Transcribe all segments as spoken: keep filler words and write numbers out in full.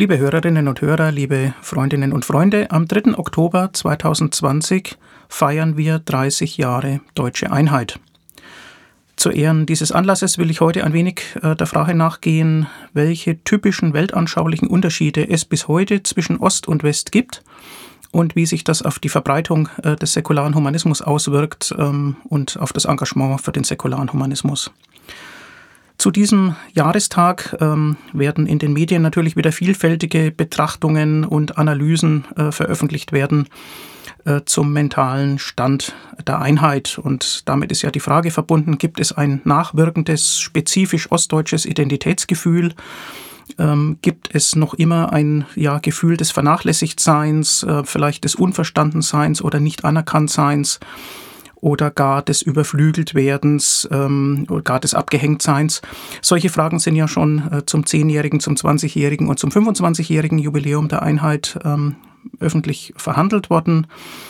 Liebe Hörerinnen und Hörer, liebe Freundinnen und Freunde, am dritten Oktober zweitausendzwanzig feiern wir dreißig Jahre Deutsche Einheit. Zu Ehren dieses Anlasses will ich heute ein wenig äh, der Frage nachgehen, welche typischen weltanschaulichen Unterschiede es bis heute zwischen Ost und West gibt und wie sich das auf die Verbreitung äh, des säkularen Humanismus auswirkt ähm, und auf das Engagement für den säkularen Humanismus. Zu diesem Jahrestag ähm, werden in den Medien natürlich wieder vielfältige Betrachtungen und Analysen äh, veröffentlicht werden äh, zum mentalen Stand der Einheit. Und damit ist ja die Frage verbunden, gibt es ein nachwirkendes, spezifisch ostdeutsches Identitätsgefühl? Ähm, gibt es noch immer ein ja, Gefühl des Vernachlässigtseins, äh, vielleicht des Unverstandenseins oder Nicht-Anerkanntseins? Oder gar des Überflügeltwerdens ähm, oder gar des Abgehängtseins. Solche Fragen sind ja schon äh, zum zehnjährigen, zum zwanzigjährigen und zum fünfundzwanzigjährigen Jubiläum der Einheit ähm, öffentlich verhandelt worden.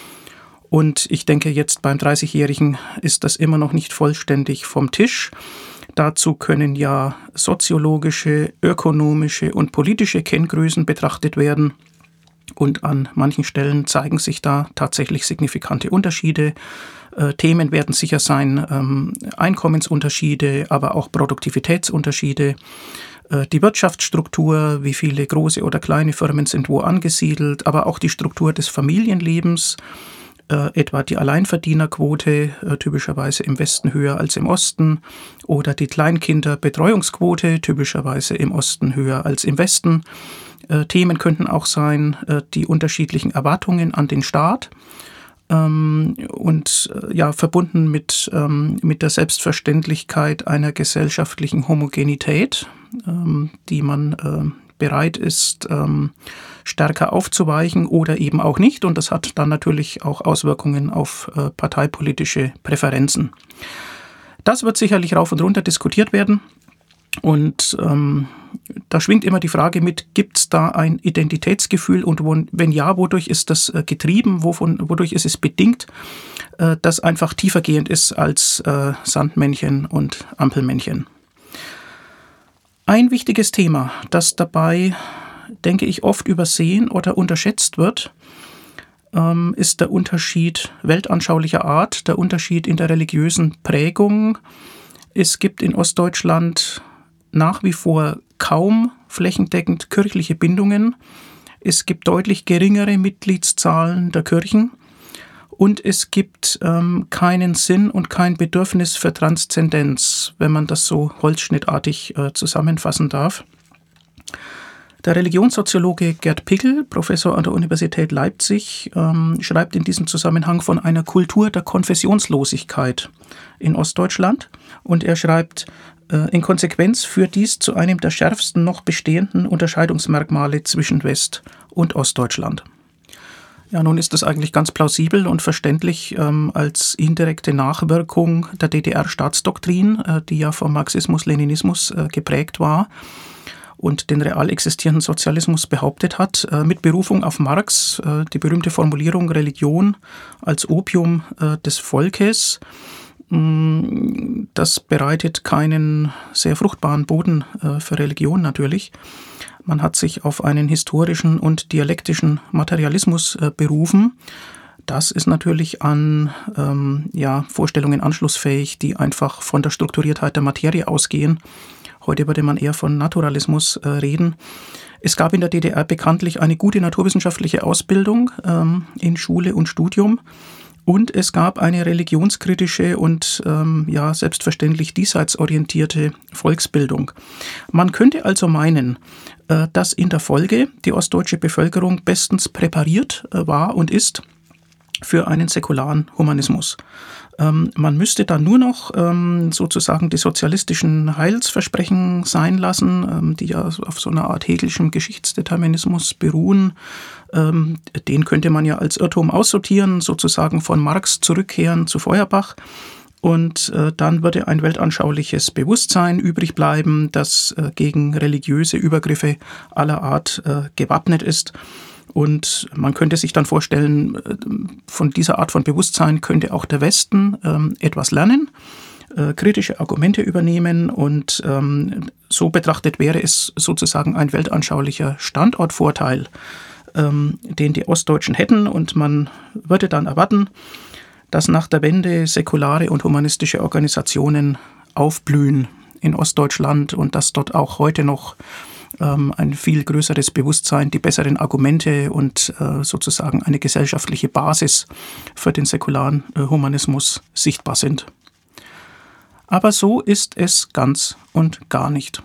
Und ich denke, jetzt beim dreißigjährigen ist das immer noch nicht vollständig vom Tisch. Dazu können ja soziologische, ökonomische und politische Kenngrößen betrachtet werden. Und an manchen Stellen zeigen sich da tatsächlich signifikante Unterschiede. Äh, Themen werden sicher sein ähm, Einkommensunterschiede, aber auch Produktivitätsunterschiede. Äh, die Wirtschaftsstruktur, wie viele große oder kleine Firmen sind wo angesiedelt, aber auch die Struktur des Familienlebens, äh, etwa die Alleinverdienerquote, äh, typischerweise im Westen höher als im Osten, oder die Kleinkinderbetreuungsquote, typischerweise im Osten höher als im Westen. Äh, Themen könnten auch sein, äh, die unterschiedlichen Erwartungen an den Staat ähm, und äh, ja, verbunden mit, ähm, mit der Selbstverständlichkeit einer gesellschaftlichen Homogenität, ähm, die man äh, bereit ist, ähm, stärker aufzuweichen oder eben auch nicht. Und das hat dann natürlich auch Auswirkungen auf äh, parteipolitische Präferenzen. Das wird sicherlich rauf und runter diskutiert werden. Und ähm, da schwingt immer die Frage mit, gibt es da ein Identitätsgefühl und wo, wenn ja, wodurch ist das äh, getrieben, wovon, wodurch ist es bedingt, äh, das einfach tiefergehend ist als äh, Sandmännchen und Ampelmännchen. Ein wichtiges Thema, das dabei, denke ich, oft übersehen oder unterschätzt wird, ähm, ist der Unterschied weltanschaulicher Art, der Unterschied in der religiösen Prägung. Es gibt in Ostdeutschland nach wie vor kaum flächendeckend kirchliche Bindungen. Es gibt deutlich geringere Mitgliedszahlen der Kirchen und es gibt ähm, keinen Sinn und kein Bedürfnis für Transzendenz, wenn man das so holzschnittartig äh, zusammenfassen darf. Der Religionssoziologe Gerd Pickel, Professor an der Universität Leipzig, ähm, schreibt in diesem Zusammenhang von einer Kultur der Konfessionslosigkeit in Ostdeutschland. Und er schreibt, äh, in Konsequenz führt dies zu einem der schärfsten noch bestehenden Unterscheidungsmerkmale zwischen West- und Ostdeutschland. Ja, nun ist das eigentlich ganz plausibel und verständlich ähm, als indirekte Nachwirkung der D D R-Staatsdoktrin, äh, die ja vom Marxismus-Leninismus äh, geprägt war und den real existierenden Sozialismus behauptet hat, äh, mit Berufung auf Marx, äh, die berühmte Formulierung Religion als Opium äh, des Volkes. Mh, das bereitet keinen sehr fruchtbaren Boden äh, für Religion natürlich. Man hat sich auf einen historischen und dialektischen Materialismus äh, berufen. Das ist natürlich an ähm, ja, Vorstellungen anschlussfähig, die einfach von der Strukturiertheit der Materie ausgehen. Heute würde man eher von Naturalismus äh, reden. Es gab in der D D R bekanntlich eine gute naturwissenschaftliche Ausbildung ähm, in Schule und Studium. Und es gab eine religionskritische und ähm, ja selbstverständlich diesseitsorientierte Volksbildung. Man könnte also meinen, äh, dass in der Folge die ostdeutsche Bevölkerung bestens präpariert äh, war und ist für einen säkularen Humanismus. Ähm, man müsste dann nur noch ähm, sozusagen die sozialistischen Heilsversprechen sein lassen, ähm, die ja auf so einer Art hegelischem Geschichtsdeterminismus beruhen. Ähm, den könnte man ja als Irrtum aussortieren, sozusagen von Marx zurückkehren zu Feuerbach. Und äh, dann würde ein weltanschauliches Bewusstsein übrig bleiben, das äh, gegen religiöse Übergriffe aller Art äh, gewappnet ist. Und man könnte sich dann vorstellen, von dieser Art von Bewusstsein könnte auch der Westen ähm, etwas lernen. äh, kritische Argumente übernehmen und ähm, so betrachtet wäre es sozusagen ein weltanschaulicher Standortvorteil, ähm, den die Ostdeutschen hätten, und man würde dann erwarten, dass nach der Wende säkulare und humanistische Organisationen aufblühen in Ostdeutschland und dass dort auch heute noch ähm, ein viel größeres Bewusstsein, die besseren Argumente und äh, sozusagen eine gesellschaftliche Basis für den säkularen äh, Humanismus sichtbar sind. Aber so ist es ganz und gar nicht.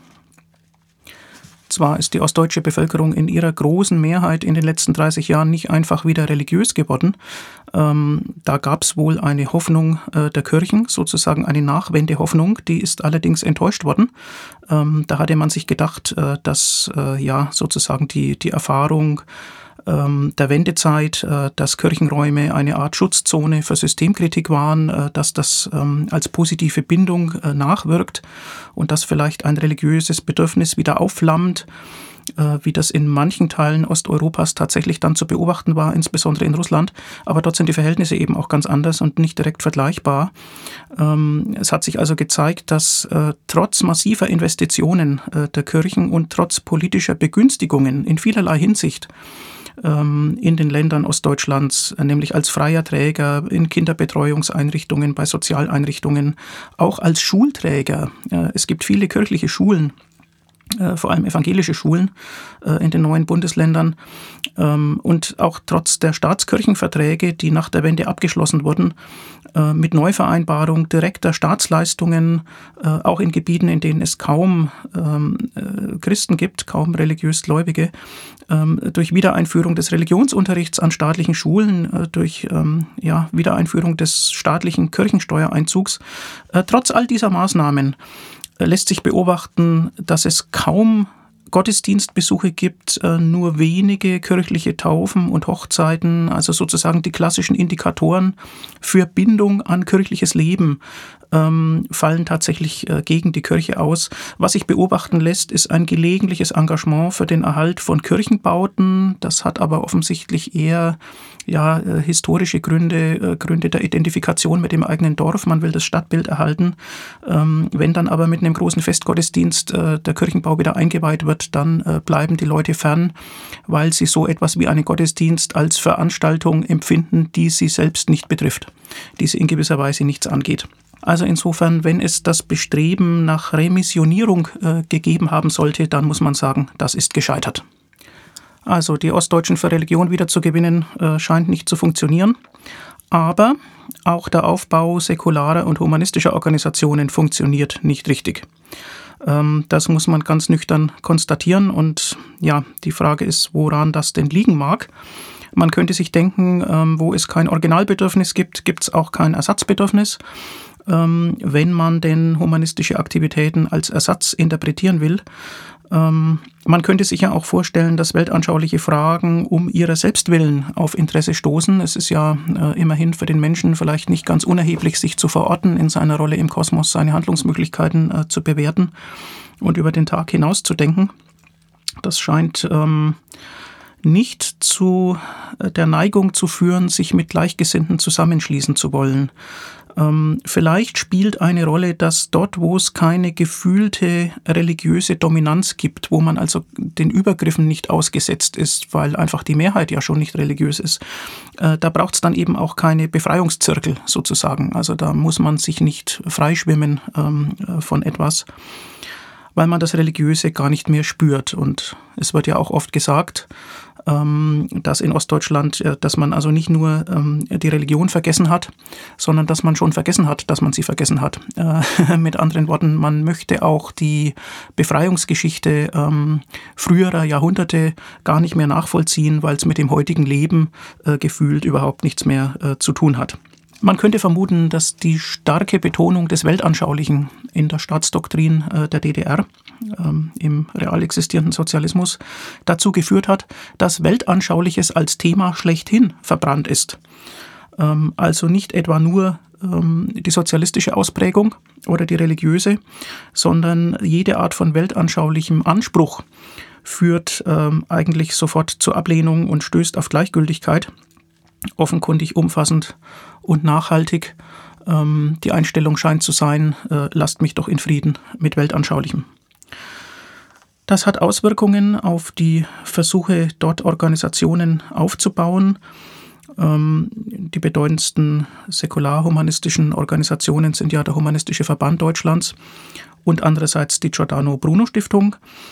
Zwar ist die ostdeutsche Bevölkerung in ihrer großen Mehrheit in den letzten dreißig Jahren nicht einfach wieder religiös geworden. Ähm, da gab es wohl eine Hoffnung äh, der Kirchen, sozusagen eine Nachwendehoffnung, die ist allerdings enttäuscht worden. Ähm, da hatte man sich gedacht, äh, dass äh, ja sozusagen die, die Erfahrung der Wendezeit, dass Kirchenräume eine Art Schutzzone für Systemkritik waren, dass das als positive Bindung nachwirkt und dass vielleicht ein religiöses Bedürfnis wieder aufflammt, wie das in manchen Teilen Osteuropas tatsächlich dann zu beobachten war, insbesondere in Russland. Aber dort sind die Verhältnisse eben auch ganz anders und nicht direkt vergleichbar. Es hat sich also gezeigt, dass trotz massiver Investitionen der Kirchen und trotz politischer Begünstigungen in vielerlei Hinsicht in den Ländern Ostdeutschlands, nämlich als freier Träger, in Kinderbetreuungseinrichtungen, bei Sozialeinrichtungen, auch als Schulträger. Es gibt viele kirchliche Schulen, vor allem evangelische Schulen in den neuen Bundesländern. Und auch trotz der Staatskirchenverträge, die nach der Wende abgeschlossen wurden, mit Neuvereinbarung direkter Staatsleistungen, auch in Gebieten, in denen es kaum Christen gibt, kaum religiös Gläubige, durch Wiedereinführung des Religionsunterrichts an staatlichen Schulen, durch ja, Wiedereinführung des staatlichen Kirchensteuereinzugs. Trotz all dieser Maßnahmen lässt sich beobachten, dass es kaum Gottesdienstbesuche gibt, nur wenige kirchliche Taufen und Hochzeiten, also sozusagen die klassischen Indikatoren für Bindung an kirchliches Leben, ähm, fallen tatsächlich äh, gegen die Kirche aus. Was sich beobachten lässt, ist ein gelegentliches Engagement für den Erhalt von Kirchenbauten. Das hat aber offensichtlich eher ja, äh, historische Gründe, äh, Gründe der Identifikation mit dem eigenen Dorf. Man will das Stadtbild erhalten. Ähm, wenn dann aber mit einem großen Festgottesdienst äh, der Kirchenbau wieder eingeweiht wird, dann äh, bleiben die Leute fern, weil sie so etwas wie einen Gottesdienst als Veranstaltung empfinden, die sie selbst nicht betrifft, die sie in gewisser Weise nichts angeht. Also insofern, wenn es das Bestreben nach Remissionierung äh, gegeben haben sollte, dann muss man sagen, das ist gescheitert. Also die Ostdeutschen für Religion wiederzugewinnen, äh, scheint nicht zu funktionieren. Aber auch der Aufbau säkularer und humanistischer Organisationen funktioniert nicht richtig. Ähm, das muss man ganz nüchtern konstatieren. Und ja, die Frage ist, woran das denn liegen mag. Man könnte sich denken, ähm, wo es kein Originalbedürfnis gibt, gibt es auch kein Ersatzbedürfnis. Ähm, wenn man denn humanistische Aktivitäten als Ersatz interpretieren will. Ähm, man könnte sich ja auch vorstellen, dass weltanschauliche Fragen um ihrer selbst willen auf Interesse stoßen. Es ist ja äh, immerhin für den Menschen vielleicht nicht ganz unerheblich, sich zu verorten in seiner Rolle im Kosmos, seine Handlungsmöglichkeiten äh, zu bewerten und über den Tag hinaus zu denken. Das scheint ähm, nicht zu der Neigung zu führen, sich mit Gleichgesinnten zusammenschließen zu wollen. Ähm, vielleicht spielt eine Rolle, dass dort, wo es keine gefühlte religiöse Dominanz gibt, wo man also den Übergriffen nicht ausgesetzt ist, weil einfach die Mehrheit ja schon nicht religiös ist, äh, da braucht es dann eben auch keine Befreiungszirkel sozusagen. Also da muss man sich nicht freischwimmen ähm, von etwas, weil man das Religiöse gar nicht mehr spürt. Und es wird ja auch oft gesagt, ähm, dass in Ostdeutschland, äh, dass man also nicht nur ähm, die Religion vergessen hat, sondern dass man schon vergessen hat, dass man sie vergessen hat. Äh, mit anderen Worten, man möchte auch die Befreiungsgeschichte ähm, früherer Jahrhunderte gar nicht mehr nachvollziehen, weil es mit dem heutigen Leben äh, gefühlt überhaupt nichts mehr äh, zu tun hat. Man könnte vermuten, dass die starke Betonung des Weltanschaulichen in der Staatsdoktrin äh, der D D R, ähm, im real existierenden Sozialismus, dazu geführt hat, dass Weltanschauliches als Thema schlechthin verbrannt ist. Ähm, also nicht etwa nur ähm, die sozialistische Ausprägung oder die religiöse, sondern jede Art von weltanschaulichem Anspruch führt ähm, eigentlich sofort zur Ablehnung und stößt auf Gleichgültigkeit. Offenkundig, umfassend und nachhaltig Ähm, die Einstellung scheint zu sein, äh, lasst mich doch in Frieden mit Weltanschaulichem. Das hat Auswirkungen auf die Versuche, dort Organisationen aufzubauen. Ähm, die bedeutendsten säkular-humanistischen Organisationen sind ja der Humanistische Verband Deutschlands und andererseits die Giordano-Bruno-Stiftung.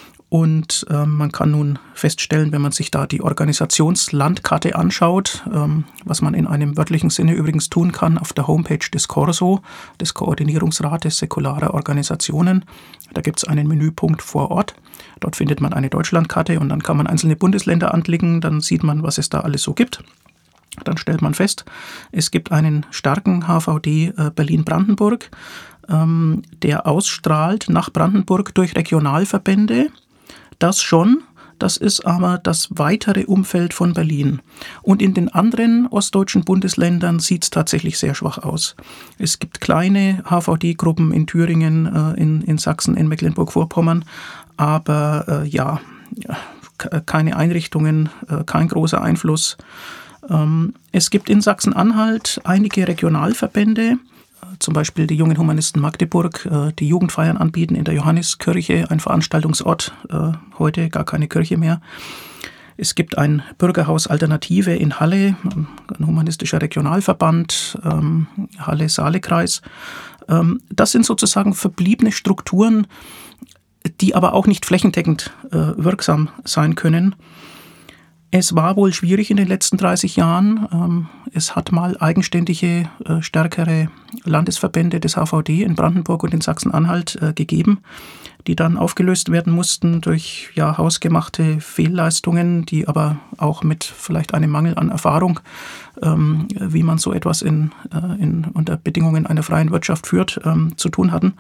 Und ähm, man kann nun feststellen, wenn man sich da die Organisationslandkarte anschaut, ähm, was man in einem wörtlichen Sinne übrigens tun kann auf der Homepage des Corso, des Koordinierungsrates säkularer Organisationen. Da gibt es einen Menüpunkt vor Ort. Dort findet man eine Deutschlandkarte und dann kann man einzelne Bundesländer anklicken, dann sieht man, was es da alles so gibt. Dann stellt man fest, es gibt einen starken H V D äh, Berlin-Brandenburg, ähm, der ausstrahlt nach Brandenburg durch Regionalverbände. Das schon, das ist aber das weitere Umfeld von Berlin. Und in den anderen ostdeutschen Bundesländern sieht es tatsächlich sehr schwach aus. Es gibt kleine H V D-Gruppen in Thüringen, äh, in, in Sachsen, in Mecklenburg-Vorpommern, aber äh, ja, keine Einrichtungen, äh, kein großer Einfluss. Ähm, es gibt in Sachsen-Anhalt einige Regionalverbände, zum Beispiel die Jungen Humanisten Magdeburg, die Jugendfeiern anbieten in der Johanneskirche, ein Veranstaltungsort, heute gar keine Kirche mehr. Es gibt ein Bürgerhaus Alternative in Halle, ein humanistischer Regionalverband, Halle-Saale-Kreis. Das sind sozusagen verbliebene Strukturen, die aber auch nicht flächendeckend wirksam sein können. Es war wohl schwierig in den letzten dreißig Jahren. Es hat mal eigenständige, stärkere Landesverbände des H V D in Brandenburg und in Sachsen-Anhalt gegeben, die dann aufgelöst werden mussten durch ja, hausgemachte Fehlleistungen, die aber auch mit vielleicht einem Mangel an Erfahrung, wie man so etwas in, in, unter Bedingungen einer freien Wirtschaft führt, zu tun hatten.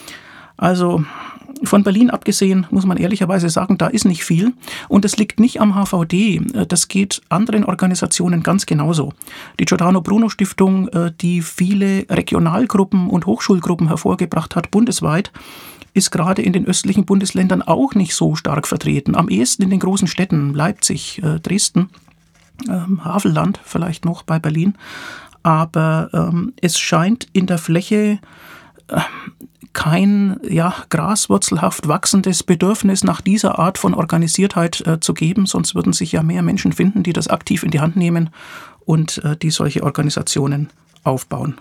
Also von Berlin abgesehen muss man ehrlicherweise sagen, da ist nicht viel. Und es liegt nicht am H V D. Das geht anderen Organisationen ganz genauso. Die Giordano-Bruno-Stiftung, die viele Regionalgruppen und Hochschulgruppen hervorgebracht hat, bundesweit, ist gerade in den östlichen Bundesländern auch nicht so stark vertreten. Am ehesten in den großen Städten, Leipzig, Dresden, Havelland vielleicht noch bei Berlin. Aber ähm, es scheint in der Fläche äh, kein ja, graswurzelhaft wachsendes Bedürfnis nach dieser Art von Organisiertheit äh, zu geben, sonst würden sich ja mehr Menschen finden, die das aktiv in die Hand nehmen und äh, die solche Organisationen aufbauen.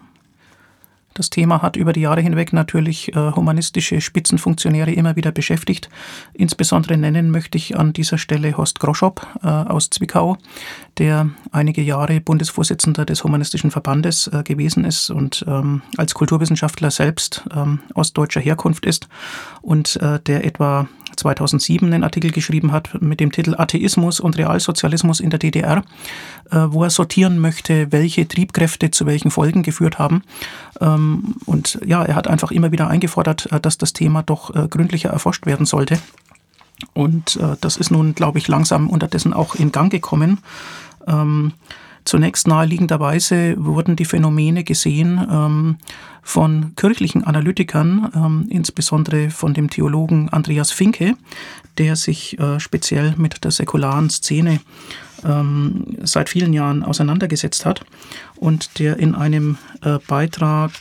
Das Thema hat über die Jahre hinweg natürlich äh, humanistische Spitzenfunktionäre immer wieder beschäftigt. Insbesondere nennen möchte ich an dieser Stelle Horst Groschop äh, aus Zwickau, der einige Jahre Bundesvorsitzender des Humanistischen Verbandes äh, gewesen ist und ähm, als Kulturwissenschaftler selbst ähm, ostdeutscher Herkunft ist und äh, der etwa zweitausendsieben einen Artikel geschrieben hat mit dem Titel Atheismus und Realsozialismus in der D D R, äh, wo er sortieren möchte, welche Triebkräfte zu welchen Folgen geführt haben. Ähm, und ja, er hat einfach immer wieder eingefordert, äh, dass das Thema doch äh, gründlicher erforscht werden sollte. Und äh, das ist nun, glaube ich, langsam unterdessen auch in Gang gekommen. Ähm, Zunächst naheliegenderweise wurden die Phänomene gesehen ähm, von kirchlichen Analytikern, ähm, insbesondere von dem Theologen Andreas Finke, der sich äh, speziell mit der säkularen Szene ähm, seit vielen Jahren auseinandergesetzt hat und der in einem äh, Beitrag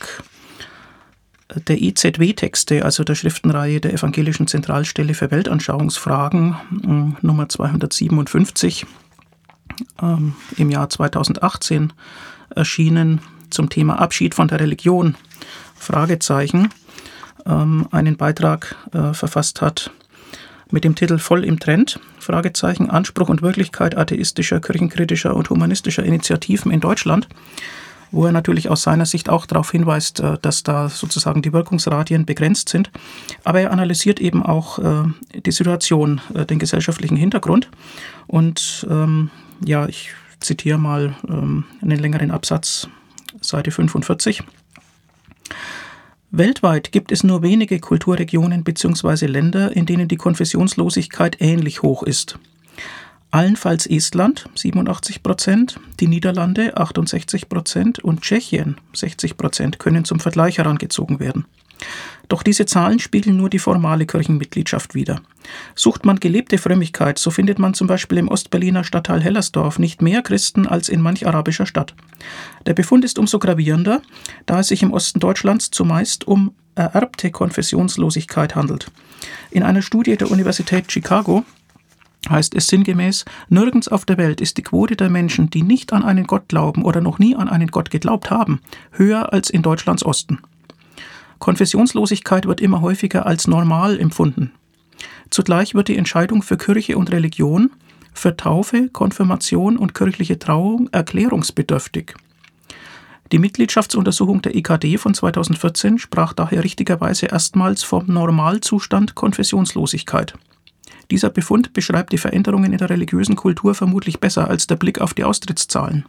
der E Z W-Texte, also der Schriftenreihe der Evangelischen Zentralstelle für Weltanschauungsfragen, äh, Nummer zweihundertsiebenundfünfzig, ähm, im Jahr zweitausendachtzehn erschienen, zum Thema Abschied von der Religion, Fragezeichen, ähm, einen Beitrag äh, verfasst hat mit dem Titel Voll im Trend, Fragezeichen, Anspruch und Wirklichkeit atheistischer, kirchenkritischer und humanistischer Initiativen in Deutschland, wo er natürlich aus seiner Sicht auch darauf hinweist, äh, dass da sozusagen die Wirkungsradien begrenzt sind. Aber er analysiert eben auch äh, die Situation, äh, den gesellschaftlichen Hintergrund. Und ähm, ja, ich zitiere mal ähm, einen längeren Absatz, Seite fünfundvierzig. Weltweit gibt es nur wenige Kulturregionen bzw. Länder, in denen die Konfessionslosigkeit ähnlich hoch ist. Allenfalls Estland, siebenundachtzig Prozent, die Niederlande, achtundsechzig Prozent und Tschechien, sechzig Prozent, können zum Vergleich herangezogen werden. Doch diese Zahlen spiegeln nur die formale Kirchenmitgliedschaft wider. Sucht man gelebte Frömmigkeit, so findet man zum Beispiel im Ostberliner Stadtteil Hellersdorf nicht mehr Christen als in manch arabischer Stadt. Der Befund ist umso gravierender, da es sich im Osten Deutschlands zumeist um ererbte Konfessionslosigkeit handelt. In einer Studie der Universität Chicago heißt es sinngemäß, nirgends auf der Welt ist die Quote der Menschen, die nicht an einen Gott glauben oder noch nie an einen Gott geglaubt haben, höher als in Deutschlands Osten. Konfessionslosigkeit wird immer häufiger als normal empfunden. Zugleich wird die Entscheidung für Kirche und Religion, für Taufe, Konfirmation und kirchliche Trauung erklärungsbedürftig. Die Mitgliedschaftsuntersuchung der E K D von zweitausendvierzehn sprach daher richtigerweise erstmals vom Normalzustand Konfessionslosigkeit. Dieser Befund beschreibt die Veränderungen in der religiösen Kultur vermutlich besser als der Blick auf die Austrittszahlen.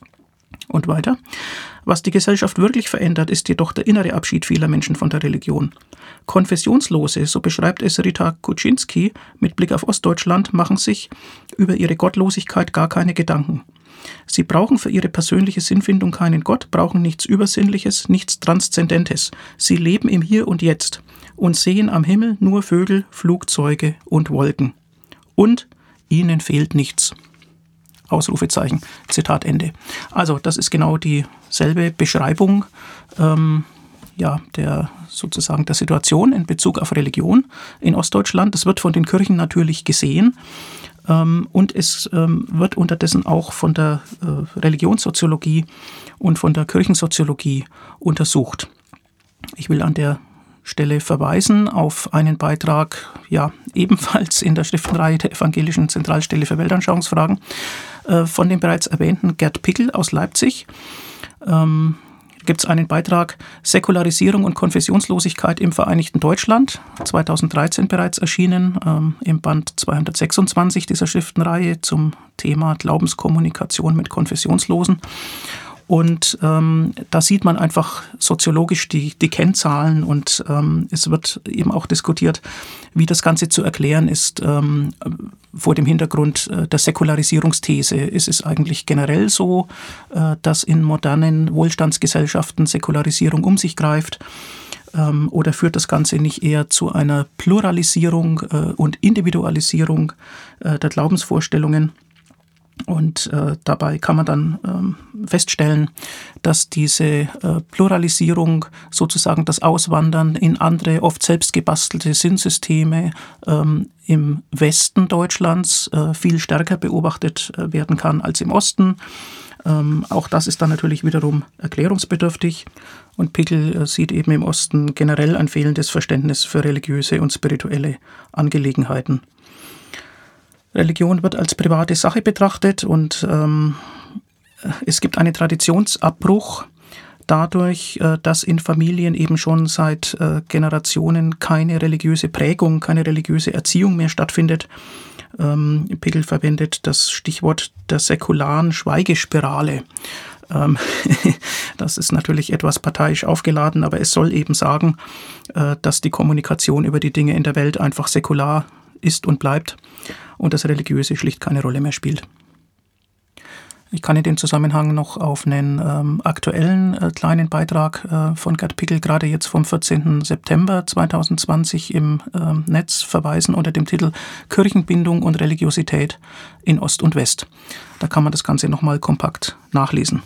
Und weiter. Was die Gesellschaft wirklich verändert, ist jedoch der innere Abschied vieler Menschen von der Religion. Konfessionslose, so beschreibt es Rita Kuczynski mit Blick auf Ostdeutschland, machen sich über ihre Gottlosigkeit gar keine Gedanken. Sie brauchen für ihre persönliche Sinnfindung keinen Gott, brauchen nichts Übersinnliches, nichts Transzendentes. Sie leben im Hier und Jetzt und sehen am Himmel nur Vögel, Flugzeuge und Wolken. Und ihnen fehlt nichts. Ausrufezeichen, Zitat Ende. Also das ist genau dieselbe Beschreibung ähm, ja, der sozusagen der Situation in Bezug auf Religion in Ostdeutschland. Das wird von den Kirchen natürlich gesehen ähm, und es ähm, wird unterdessen auch von der äh, Religionssoziologie und von der Kirchensoziologie untersucht. Ich will an der Stelle verweisen auf einen Beitrag, ja, ebenfalls in der Schriftenreihe der Evangelischen Zentralstelle für Weltanschauungsfragen, äh, von dem bereits erwähnten Gerd Pickel aus Leipzig. Ähm, gibt es einen Beitrag Säkularisierung und Konfessionslosigkeit im Vereinigten Deutschland, zweitausenddreizehn bereits erschienen, ähm, im Band zweihundertsechsundzwanzig dieser Schriftenreihe zum Thema Glaubenskommunikation mit Konfessionslosen. Und ähm, da sieht man einfach soziologisch die, die Kennzahlen und ähm, es wird eben auch diskutiert, wie das Ganze zu erklären ist ähm, vor dem Hintergrund äh, der Säkularisierungsthese. Ist es eigentlich generell so, äh, dass in modernen Wohlstandsgesellschaften Säkularisierung um sich greift? Ähm, oder führt das Ganze nicht eher zu einer Pluralisierung äh, und Individualisierung äh, der Glaubensvorstellungen? Und äh, dabei kann man dann ähm, feststellen, dass diese äh, Pluralisierung sozusagen das Auswandern in andere, oft selbst gebastelte Sinnsysteme ähm, im Westen Deutschlands äh, viel stärker beobachtet äh, werden kann als im Osten. Ähm, auch das ist dann natürlich wiederum erklärungsbedürftig. Und Pickel äh, sieht eben im Osten generell ein fehlendes Verständnis für religiöse und spirituelle Angelegenheiten. Religion wird als private Sache betrachtet und ähm, es gibt einen Traditionsabbruch dadurch, äh, dass in Familien eben schon seit äh, Generationen keine religiöse Prägung, keine religiöse Erziehung mehr stattfindet. Ähm, Pickel verwendet das Stichwort der säkularen Schweigespirale. Ähm, das ist natürlich etwas parteiisch aufgeladen, aber es soll eben sagen, äh, dass die Kommunikation über die Dinge in der Welt einfach säkular ist und bleibt und das Religiöse schlicht keine Rolle mehr spielt. Ich kann in dem Zusammenhang noch auf einen ähm, aktuellen äh, kleinen Beitrag äh, von Gerd Pickel, gerade jetzt vom vierzehnten September zweitausendzwanzig im äh, Netz verweisen unter dem Titel Kirchenbindung und Religiosität in Ost und West. Da kann man das Ganze nochmal kompakt nachlesen.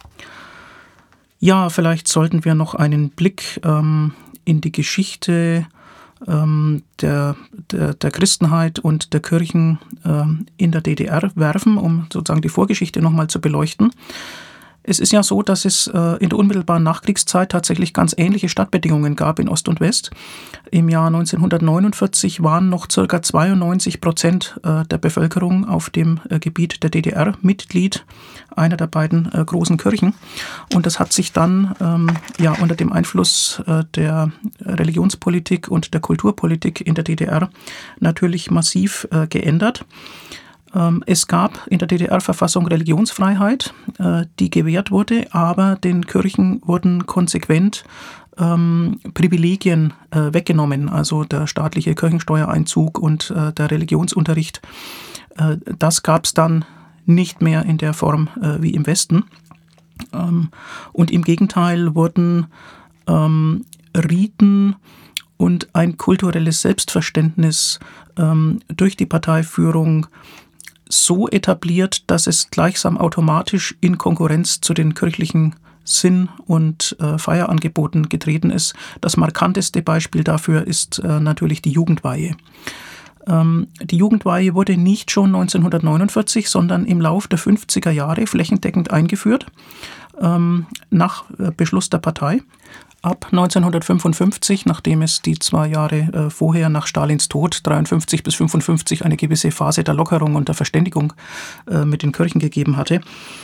Ja, vielleicht sollten wir noch einen Blick ähm, in die Geschichte Der, der, der Christenheit und der Kirchen ähm, in der D D R werfen, um sozusagen die Vorgeschichte nochmal zu beleuchten. Es ist ja so, dass es äh, in der unmittelbaren Nachkriegszeit tatsächlich ganz ähnliche Stadtbedingungen gab in Ost und West. Im Jahr neunzehnhundertneunundvierzig waren noch ca. zweiundneunzig Prozent äh, der Bevölkerung auf dem äh, Gebiet der D D R Mitglied einer der beiden äh, großen Kirchen. Und das hat sich dann ähm, ja unter dem Einfluss äh, der Religionspolitik und der Kulturpolitik in der D D R natürlich massiv äh, geändert. Es gab in der D D R-Verfassung Religionsfreiheit, die gewährt wurde, aber den Kirchen wurden konsequent ähm, Privilegien äh, weggenommen, also der staatliche Kirchensteuereinzug und äh, der Religionsunterricht. Äh, das gab es dann nicht mehr in der Form äh, wie im Westen. Ähm, und im Gegenteil wurden ähm, Riten und ein kulturelles Selbstverständnis ähm, durch die Parteiführung so etabliert, dass es gleichsam automatisch in Konkurrenz zu den kirchlichen Sinn- und äh, Feierangeboten getreten ist. Das markanteste Beispiel dafür ist äh, natürlich die Jugendweihe. Ähm, die Jugendweihe wurde nicht schon neunzehnhundertneunundvierzig, sondern im Lauf der fünfziger Jahre flächendeckend eingeführt, ähm, nach äh, Beschluss der Partei. Ab neunzehnhundertfünfundfünfzig, nachdem es die zwei Jahre äh, vorher nach Stalins Tod, dreiundfünfzig bis fünfundfünfzig, eine gewisse Phase der Lockerung und der Verständigung äh, mit den Kirchen gegeben hatte.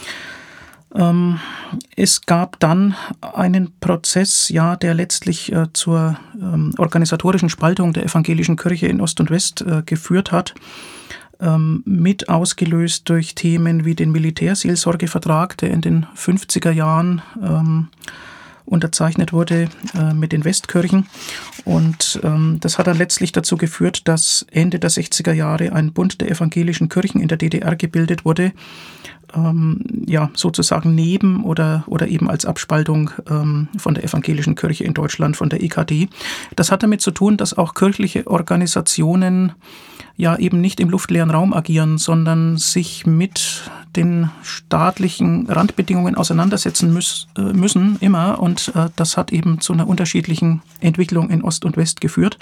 Ähm, es gab dann einen Prozess, ja, der letztlich äh, zur ähm, organisatorischen Spaltung der evangelischen Kirche in Ost und West äh, geführt hat, ähm, mit ausgelöst durch Themen wie den Militärseelsorgevertrag, der in den fünfziger Jahren ähm, unterzeichnet wurde äh, mit den Westkirchen. Und ähm, das hat dann letztlich dazu geführt, dass Ende der sechziger Jahre ein Bund der evangelischen Kirchen in der D D R gebildet wurde, ähm, ja, sozusagen neben oder, oder eben als Abspaltung ähm, von der evangelischen Kirche in Deutschland, von der E K D. Das hat damit zu tun, dass auch kirchliche Organisationen ja eben nicht im luftleeren Raum agieren, sondern sich mit den staatlichen Randbedingungen auseinandersetzen müß, äh, müssen, immer. Und äh, das hat eben zu einer unterschiedlichen Entwicklung in Ost und West geführt.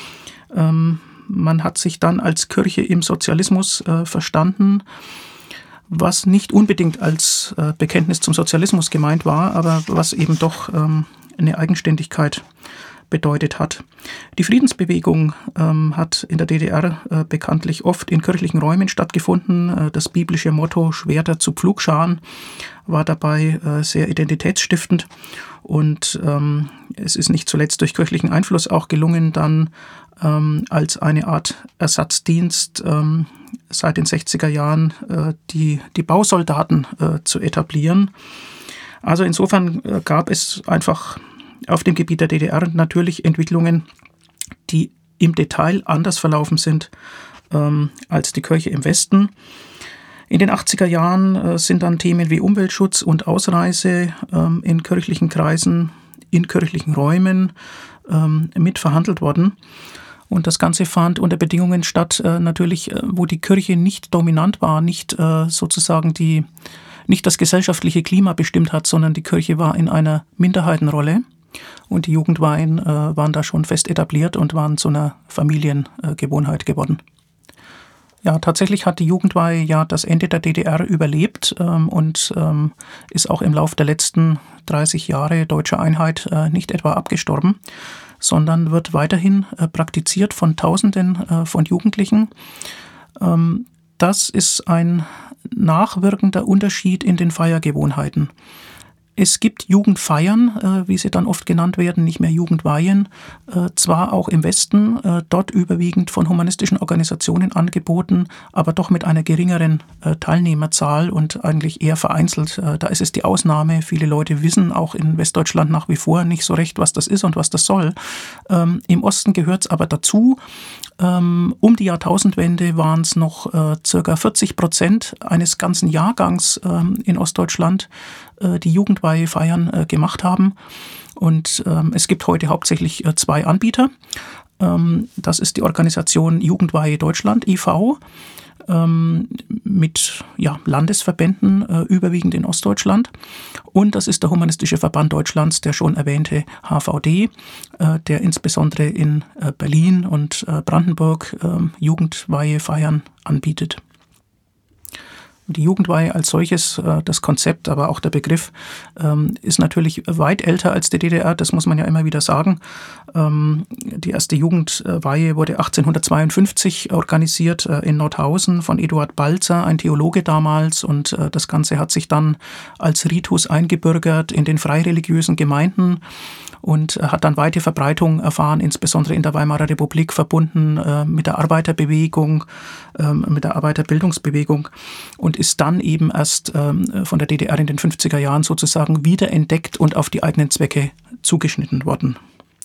Ähm, man hat sich dann als Kirche im Sozialismus äh, verstanden, was nicht unbedingt als äh, Bekenntnis zum Sozialismus gemeint war, aber was eben doch ähm, eine Eigenständigkeit bedeutet hat. Die Friedensbewegung ähm, hat in der D D R äh, bekanntlich oft in kirchlichen Räumen stattgefunden. Äh, das biblische Motto Schwerter zu Pflugscharen war dabei äh, sehr identitätsstiftend und ähm, es ist nicht zuletzt durch kirchlichen Einfluss auch gelungen, dann ähm, als eine Art Ersatzdienst ähm, seit den sechziger Jahren äh, die, die Bausoldaten äh, zu etablieren. Also insofern äh, gab es einfach auf dem Gebiet der D D R natürlich Entwicklungen, die im Detail anders verlaufen sind ähm, als die Kirche im Westen. In den achtziger Jahren äh, sind dann Themen wie Umweltschutz und Ausreise ähm, in kirchlichen Kreisen, in kirchlichen Räumen ähm, mit verhandelt worden. Und das Ganze fand unter Bedingungen statt, äh, natürlich, äh, wo die Kirche nicht dominant war, nicht äh, sozusagen die, nicht das gesellschaftliche Klima bestimmt hat, sondern die Kirche war in einer Minderheitenrolle. Und die Jugendweihen äh, waren da schon fest etabliert und waren zu einer Familiengewohnheit äh, geworden. Ja, tatsächlich hat die Jugendweihe ja das Ende der D D R überlebt ähm, und ähm, ist auch im Lauf der letzten dreißig Jahre deutscher Einheit äh, nicht etwa abgestorben, sondern wird weiterhin äh, praktiziert von Tausenden äh, von Jugendlichen. Ähm, das ist ein nachwirkender Unterschied in den Feiergewohnheiten. Es gibt Jugendfeiern, äh, wie sie dann oft genannt werden, nicht mehr Jugendweihen, äh, zwar auch im Westen, äh, dort überwiegend von humanistischen Organisationen angeboten, aber doch mit einer geringeren äh, Teilnehmerzahl und eigentlich eher vereinzelt. Äh, da ist es die Ausnahme. Viele Leute wissen auch in Westdeutschland nach wie vor nicht so recht, was das ist und was das soll. Ähm, Im Osten gehört es aber dazu. Ähm, um die Jahrtausendwende waren es noch äh, circa vierzig Prozent eines ganzen Jahrgangs ähm, in Ostdeutschland, äh, die Jugendweihefeiern äh, gemacht haben. Und ähm, es gibt heute hauptsächlich äh, zwei Anbieter. Ähm, das ist die Organisation Jugendweihe Deutschland, I V, ähm, mit ja, Landesverbänden, äh, überwiegend in Ostdeutschland. Und das ist der Humanistische Verband Deutschlands, der schon erwähnte H V D, äh, der insbesondere in äh, Berlin und äh, Brandenburg äh, Jugendweihefeiern anbietet. Die Jugendweihe als solches, das Konzept, aber auch der Begriff, ist natürlich weit älter als die D D R, das muss man ja immer wieder sagen. Die erste Jugendweihe wurde achtzehnhundertzweiundfünfzig organisiert in Nordhausen von Eduard Balzer, ein Theologe damals, und das Ganze hat sich dann als Ritus eingebürgert in den freireligiösen Gemeinden und hat dann weite Verbreitung erfahren, insbesondere in der Weimarer Republik, verbunden äh, mit der Arbeiterbewegung, äh, mit der Arbeiterbildungsbewegung und ist dann eben erst äh, von der D D R in den fünfziger Jahren sozusagen wiederentdeckt und auf die eigenen Zwecke zugeschnitten worden.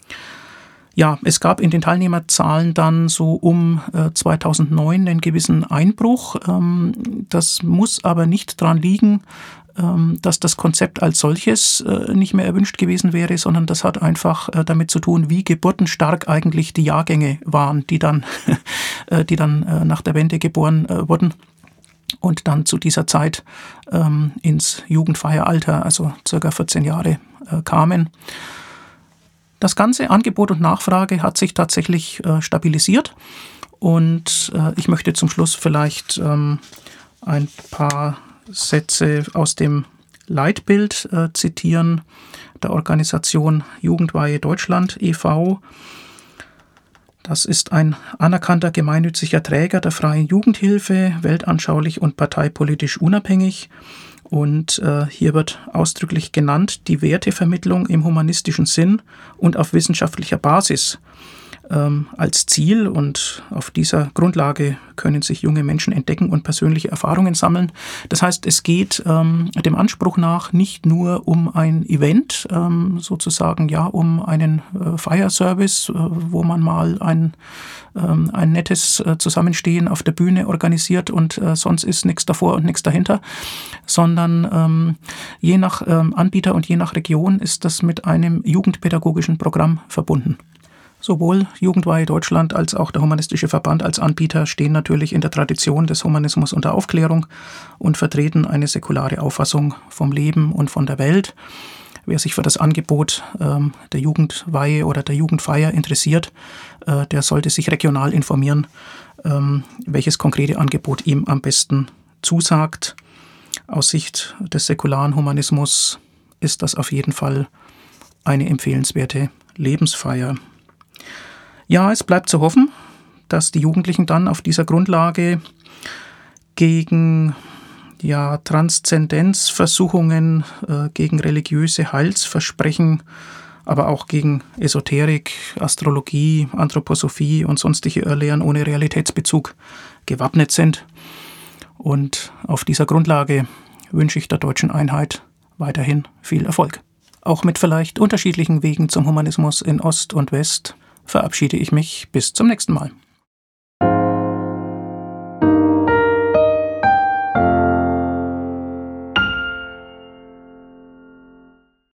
Ja, es gab in den Teilnehmerzahlen dann so um äh, zweitausendneun einen gewissen Einbruch. Ähm, das muss aber nicht daran liegen, dass das Konzept als solches nicht mehr erwünscht gewesen wäre, sondern das hat einfach damit zu tun, wie geburtenstark eigentlich die Jahrgänge waren, die dann, die dann nach der Wende geboren wurden und dann zu dieser Zeit ins Jugendfeieralter, also circa vierzehn Jahre, kamen. Das ganze Angebot und Nachfrage hat sich tatsächlich stabilisiert und ich möchte zum Schluss vielleicht ein paar Sätze aus dem Leitbild äh, zitieren der Organisation Jugendweihe Deutschland e V Das ist ein anerkannter gemeinnütziger Träger der freien Jugendhilfe, weltanschaulich und parteipolitisch unabhängig. Und äh, hier wird ausdrücklich genannt, die Wertevermittlung im humanistischen Sinn und auf wissenschaftlicher Basis ähm, als Ziel. Und auf dieser Grundlage können sich junge Menschen entdecken und persönliche Erfahrungen sammeln. Das heißt, es geht ähm, dem Anspruch nach nicht nur um ein Event, ähm, sozusagen ja um einen äh, Feierservice, äh, wo man mal ein, ähm, ein nettes äh, Zusammenstehen auf der Bühne organisiert und äh, sonst ist nichts davor und nichts dahinter, sondern ähm, je nach ähm, Anbieter und je nach Region ist das mit einem jugendpädagogischen Programm verbunden. Sowohl Jugendweihe Deutschland als auch der Humanistische Verband als Anbieter stehen natürlich in der Tradition des Humanismus und der Aufklärung und vertreten eine säkulare Auffassung vom Leben und von der Welt. Wer sich für das Angebot ähm, der Jugendweihe oder der Jugendfeier interessiert, äh, der sollte sich regional informieren, ähm, welches konkrete Angebot ihm am besten zusagt. Aus Sicht des säkularen Humanismus ist das auf jeden Fall eine empfehlenswerte Lebensfeier. Ja, es bleibt zu hoffen, dass die Jugendlichen dann auf dieser Grundlage gegen ja, Transzendenzversuchungen, äh, gegen religiöse Heilsversprechen, aber auch gegen Esoterik, Astrologie, Anthroposophie und sonstige Irrlehren ohne Realitätsbezug gewappnet sind. Und auf dieser Grundlage wünsche ich der Deutschen Einheit weiterhin viel Erfolg. Auch mit vielleicht unterschiedlichen Wegen zum Humanismus in Ost und West verabschiede ich mich bis zum nächsten Mal.